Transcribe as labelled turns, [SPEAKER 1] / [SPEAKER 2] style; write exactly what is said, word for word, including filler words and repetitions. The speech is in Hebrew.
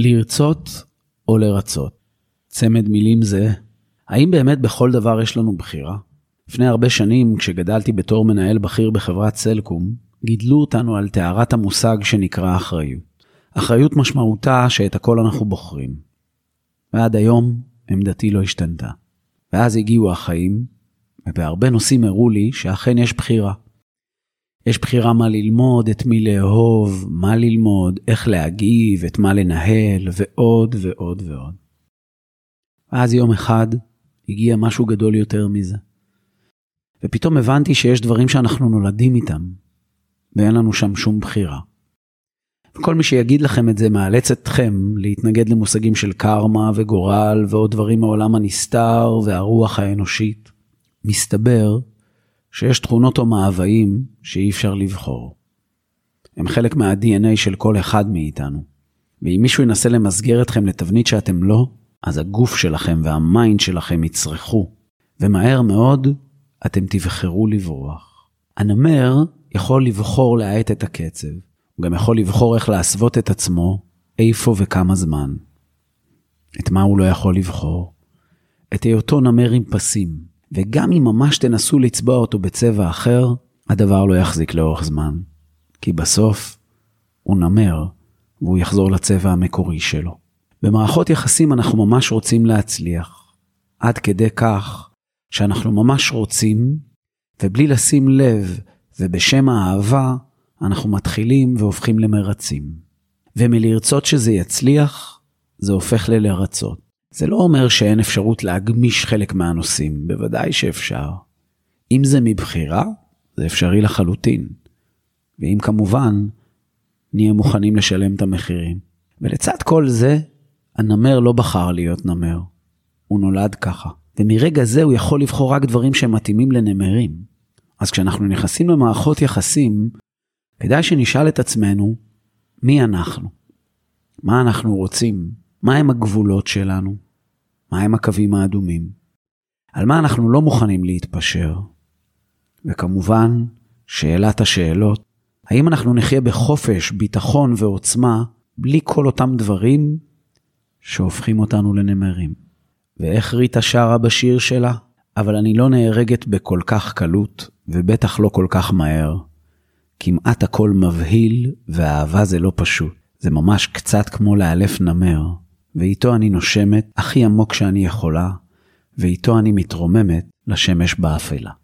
[SPEAKER 1] לרצות או לרצות. צמד מילים זה, האם באמת בכל דבר יש לנו בחירה? לפני הרבה שנים, כשגדלתי בתור מנהל בכיר בחברת סלקום, גידלו אותנו על תארת המושג שנקרא אחריות. אחריות משמעותה שאת הכל אנחנו בוחרים. ועד היום עמדתי לא השתנתה. ואז הגיעו החיים, ובהרבה נושאים הראו לי שאכן יש בחירה. יש בחירה מה ללמוד, את מי לאהוב, מה ללמוד, איך להגיב, את מה לנהל, ועוד ועוד ועוד. ואז יום אחד הגיע משהו גדול יותר מזה. ופתאום הבנתי שיש דברים שאנחנו נולדים איתם, ואין לנו שם שום בחירה. וכל מי שיגיד לכם את זה מאלץ אתכם להתנגד למושגים של קרמה וגורל ועוד דברים מעולם הנסתר והרוח האנושית. מסתבר שיש תכונות או מאוויים שאי אפשר לבחור. הם חלק מה-די אן איי של כל אחד מאיתנו. ואם מישהו ינסה למסגר אתכם לתבנית שאתם לא, אז הגוף שלכם והמיינד שלכם יצרכו. ומהר מאוד אתם תבחרו לברוח. הנמר יכול לבחור להאט את הקצב. הוא גם יכול לבחור איך להסוות את עצמו, איפה וכמה זמן. את מה הוא לא יכול לבחור? את היותו נמר עם פסים. וגם אם ממש תנסו לצבוע אותו בצבע אחר, הדבר לא יחזיק לאורך זמן. כי בסוף הוא נמר, והוא יחזור לצבע המקורי שלו. במערכות יחסים אנחנו ממש רוצים להצליח. עד כדי כך שאנחנו ממש רוצים, ובלי לשים לב, ובשם האהבה, אנחנו מתחילים והופכים למרצים. ומלרצות שזה יצליח, זה הופך ללרצות. זה לא אומר שאין אפשרות להגמיש חלק מהנושאים, בוודאי שאפשר. אם זה מבחירה, זה אפשרי לחלוטין. ואם כמובן, נהיה מוכנים לשלם את המחירים. ולצד כל זה, הנמר לא בחר להיות נמר. הוא נולד ככה. ומרגע זה הוא יכול לבחור רק דברים שמתאימים לנמרים. אז כשאנחנו נכנסים למערכות יחסים, כדאי שנשאל את עצמנו, מי אנחנו? מה אנחנו רוצים? מה הם הגבולות שלנו? מה הם הקווים האדומים? על מה אנחנו לא מוכנים להתפשר? וכמובן, שאלת השאלות, האם אנחנו נחיה בחופש, ביטחון ועוצמה, בלי כל אותם דברים שהופכים אותנו לנמרים? ואיך ריטה שרה בשיר שלה? אבל אני לא נהרגת בכל כך קלות, ובטח לא כל כך מהר. כמעט הכל מבהיל, והאהבה זה לא פשוט. זה ממש קצת כמו לאלף נמר, ואיתו אני נושמת הכי עמוק שאני יכולה, ואיתו אני מתרוממת לשמש באפלה.